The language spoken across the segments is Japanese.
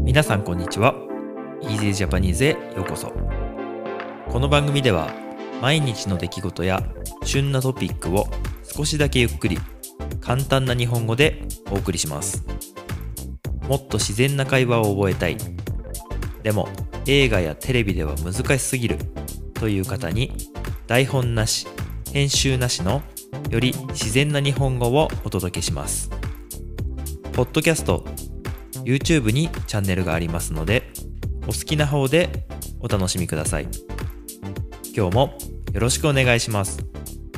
皆さんこんにちは。 Easy Japanese へようこそ。この番組では毎日の出来事や旬なトピックを少しだけゆっくり簡単な日本語でお送りします。もっと自然な会話を覚えたい、でも映画やテレビでは難しすぎるという方に、台本なし編集なしのより自然な日本語をお届けします。ポッドキャスト、YouTube にチャンネルがありますので、お好きな方でお楽しみください。今日もよろしくお願いします。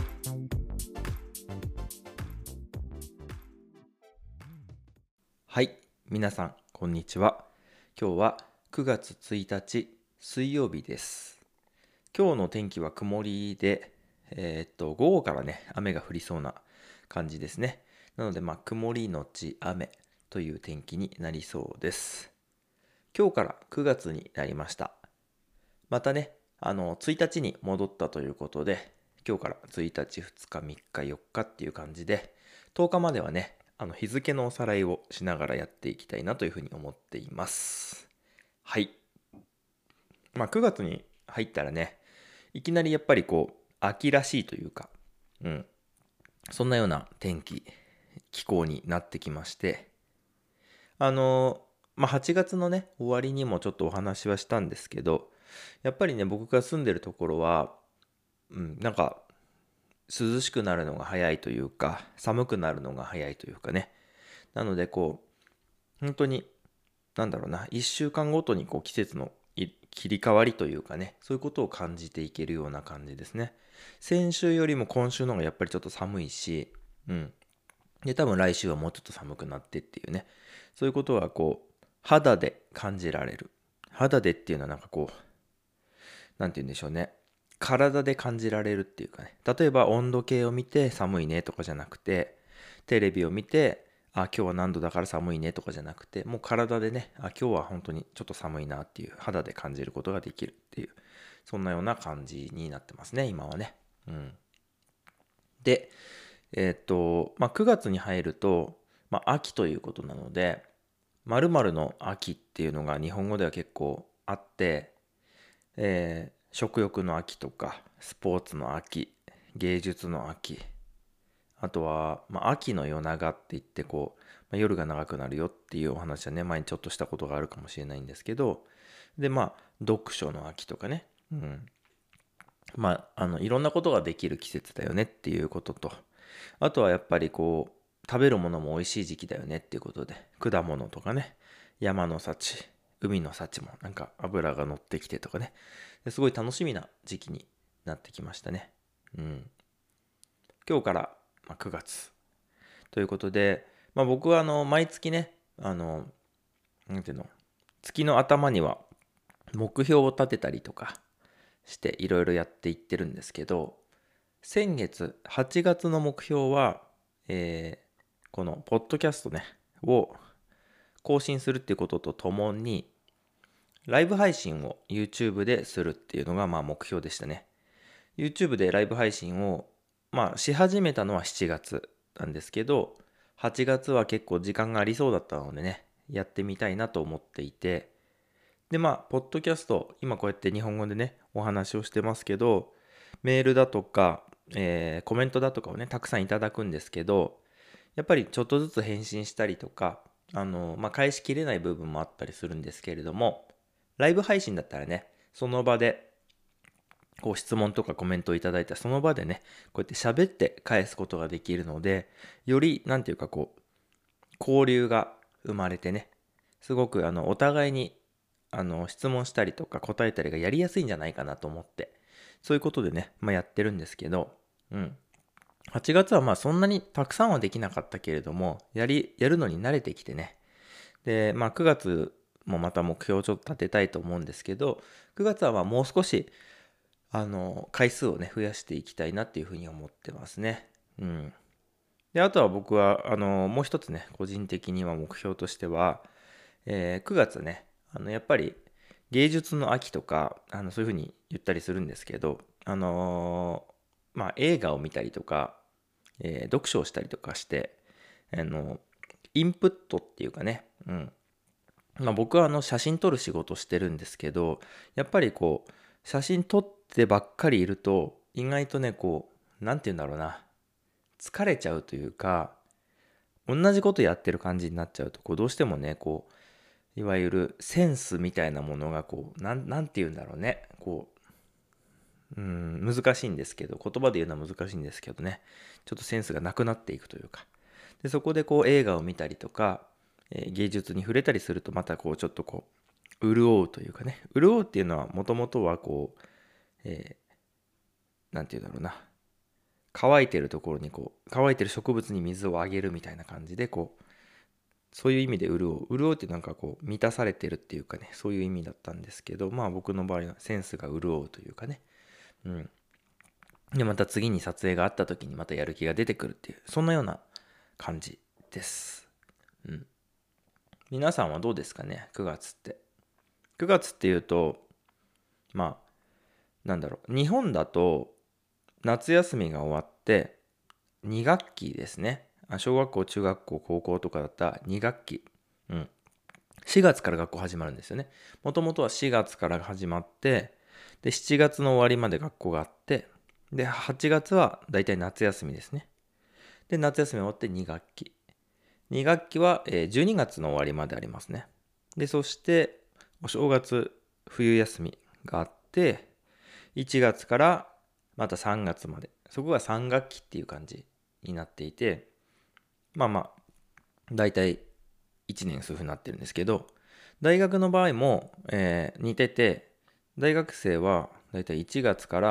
はい、皆さんこんにちは。今日は9月1日水曜日です。今日の天気は曇りで、午後からね雨が降りそうな感じですね。なので曇りのち雨という天気になりそうです。今日から9月になりました。またね、1日に戻ったということで、今日から1日、2日、3日、4日っていう感じで、10日まではね、日付のおさらいをしながらやっていきたいなというふうに思っています。はい。9月に入ったらね、いきなりやっぱり秋らしいというか、そんなような天気、気候になってきまして、8月のね、終わりにもちょっとお話はしたんですけど、やっぱりね、僕が住んでるところは、なんか、涼しくなるのが早いというか、寒くなるのが早いというかね。なので、本当に、1週間ごとに季節の切り替わりというかね、そういうことを感じていけるような感じですね。先週よりも今週の方がやっぱりちょっと寒いし、で、多分来週はもうちょっと寒くなってっていうね、そういうことは肌で感じられる。肌でっていうのはなんて言うんでしょうね。体で感じられるっていうかね。例えば温度計を見て寒いねとかじゃなくて、テレビを見て、今日は何度だから寒いねとかじゃなくて、もう体でね、今日は本当にちょっと寒いなっていう、肌で感じることができるっていう、そんなような感じになってますね、今はね。で、9月に入ると、秋ということなので、〇〇の秋っていうのが日本語では結構あって、食欲の秋とか、スポーツの秋、芸術の秋、あとは、秋の夜長って言って夜が長くなるよっていうお話はね、前にちょっとしたことがあるかもしれないんですけど、で、読書の秋とかね、いろんなことができる季節だよねっていうことと、あとはやっぱり食べるものも美味しい時期だよねっていうことで、果物とかね、山の幸、海の幸も脂が乗ってきてとかね、すごい楽しみな時期になってきましたね。今日から9月ということで、僕は毎月ね、なんていうの、月の頭には目標を立てたりとかしていろいろやっていってるんですけど、先月8月の目標は、このポッドキャストねを更新するっていうこととともに、ライブ配信を YouTube でするっていうのが目標でしたね。YouTube でライブ配信をし始めたのは7月なんですけど、8月は結構時間がありそうだったのでね、やってみたいなと思っていて、でポッドキャスト、今こうやって日本語でね、お話をしてますけど、メールだとか、コメントだとかをね、たくさんいただくんですけど、やっぱりちょっとずつ返信したりとか、返しきれない部分もあったりするんですけれども、ライブ配信だったらね、その場で質問とかコメントをいただいたその場でね、こうやって喋って返すことができるので、より交流が生まれてね、すごくお互いに質問したりとか答えたりがやりやすいんじゃないかなと思って、そういうことでね、やってるんですけど、8月はそんなにたくさんはできなかったけれども、やるのに慣れてきてね。で、9月もまた目標をちょっと立てたいと思うんですけど、9月はもう少し回数をね、増やしていきたいなっていうふうに思ってますね。で、あとは僕は、もう一つね、個人的には目標としては、9月ね、やっぱり芸術の秋とか、そういうふうに言ったりするんですけど、映画を見たりとか、読書をしたりとかして、インプットっていうかね、 僕は写真撮る仕事してるんですけど、やっぱりこう写真撮ってばっかりいると意外とねこうなんて言うんだろうな、疲れちゃうというか、同じことやってる感じになっちゃうとこうどうしてもねこういわゆるセンスみたいなものがこうなんて言うんだろうね、こう難しいんですけど、言葉で言うのは難しいんですけどね、ちょっとセンスがなくなっていくというか、でそこでこう映画を見たりとか、芸術に触れたりするとまたこうちょっとこう潤うというかね、潤うっていうのはもともとはこう、なんていうんだろうな、乾いてるところにこう乾いてる植物に水をあげるみたいな感じでこう、そういう意味で潤うってなんかこう満たされてるっていうかね、そういう意味だったんですけど、僕の場合はセンスが潤うというかね、でまた次に撮影があった時にまたやる気が出てくるっていう、そんなような感じです。皆さんはどうですかね、9月って。9月っていうとなんだろう、日本だと夏休みが終わって2学期ですね。小学校、中学校、高校とかだったら2学期。4月から学校始まるんですよね。もともとは4月から始まって、で、7月の終わりまで学校があって、で、8月はだいたい夏休みですね。で、夏休み終わって2学期。2学期は12月の終わりまでありますね。で、そして、お正月、冬休みがあって、1月からまた3月まで。そこが3学期っていう感じになっていて、だいたい1年そういうふうになってるんですけど、大学の場合も、似てて、大学生はだいたい1月から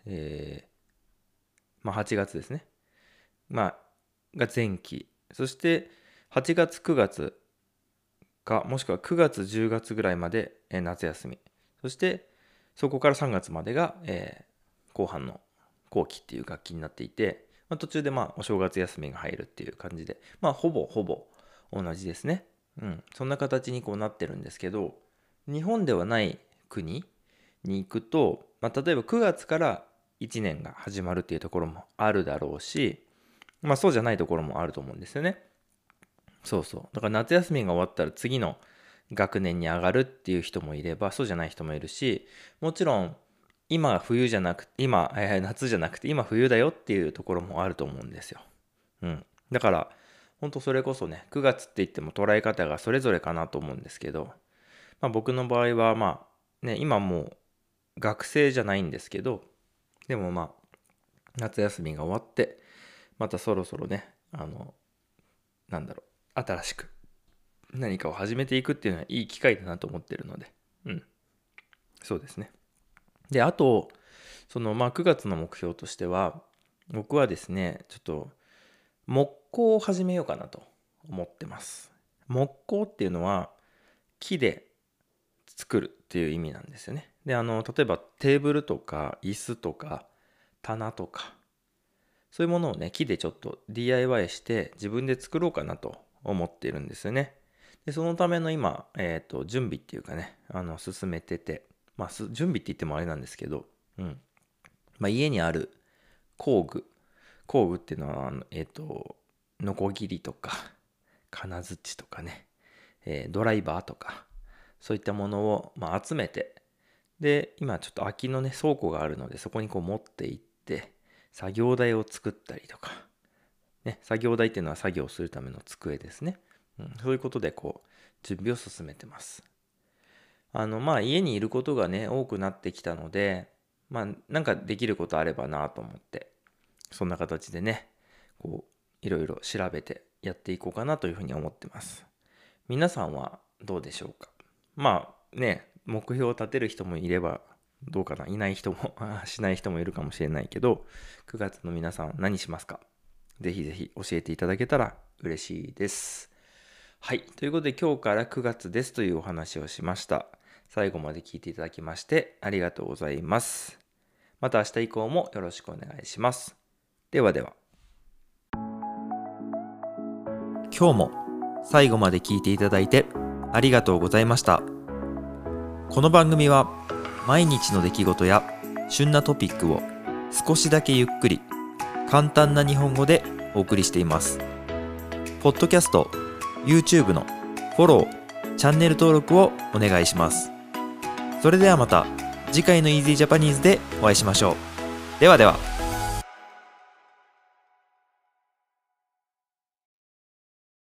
、8月ですね。が前期。そして8月、9月か、もしくは9月、10月ぐらいまで、夏休み。そしてそこから3月までが、後半の後期っていう学期になっていて、途中でお正月休みが入るっていう感じで、ほぼ同じですね。そんな形にこうなってるんですけど、日本ではない国に行くと、例えば9月から1年が始まるっていうところもあるだろうし、そうじゃないところもあると思うんですよね。そうそう。だから夏休みが終わったら次の学年に上がるっていう人もいれば、そうじゃない人もいるし、もちろん今冬じゃなくて、夏じゃなくて今冬だよっていうところもあると思うんですよ。だから本当それこそね、9月って言っても捉え方がそれぞれかなと思うんですけど、僕の場合は今もう学生じゃないんですけど、でも夏休みが終わってまたそろそろね、新しく何かを始めていくっていうのはいい機会だなと思ってるので、そうですね。で、あとその9月の目標としては、僕はですね、ちょっと木工を始めようかなと思ってます。木工っていうのは木で作るっていう意味なんですよね。で、例えばテーブルとか椅子とか棚とか、そういうものをね、木でちょっと DIY して自分で作ろうかなと思っているんですよね。で、そのための今、準備っていうかね、進めてて、準備って言ってもあれなんですけど、家にある工具っていうのは、ノコギリとか、金槌とかね、ドライバーとか、そういったものを、集めて、で、今ちょっと空きのね、倉庫があるので、そこにこう持って行って、作業台を作ったりとか、ね、作業台っていうのは作業するための机ですね。そういうことでこう、準備を進めてます。家にいることがね、多くなってきたので、なんかできることあればなと思って、そんな形でね、こう、いろいろ調べてやっていこうかなというふうに思ってます。皆さんはどうでしょうか。目標を立てる人もいれば、どうかな、いない人もしない人もいるかもしれないけど、9月の皆さん何しますか。ぜひぜひ教えていただけたら嬉しいです。はい。ということで今日から9月ですというお話をしました。最後まで聞いていただきましてありがとうございます。また明日以降もよろしくお願いします。ではでは。今日も最後まで聞いていただいてありがとうございました。この番組は毎日の出来事や旬なトピックを少しだけゆっくり簡単な日本語でお送りしています。ポッドキャスト、YouTube のフォロー、 チャンネル登録をお願いします。それではまた次回の Easy Japanese でお会いしましょう。ではでは。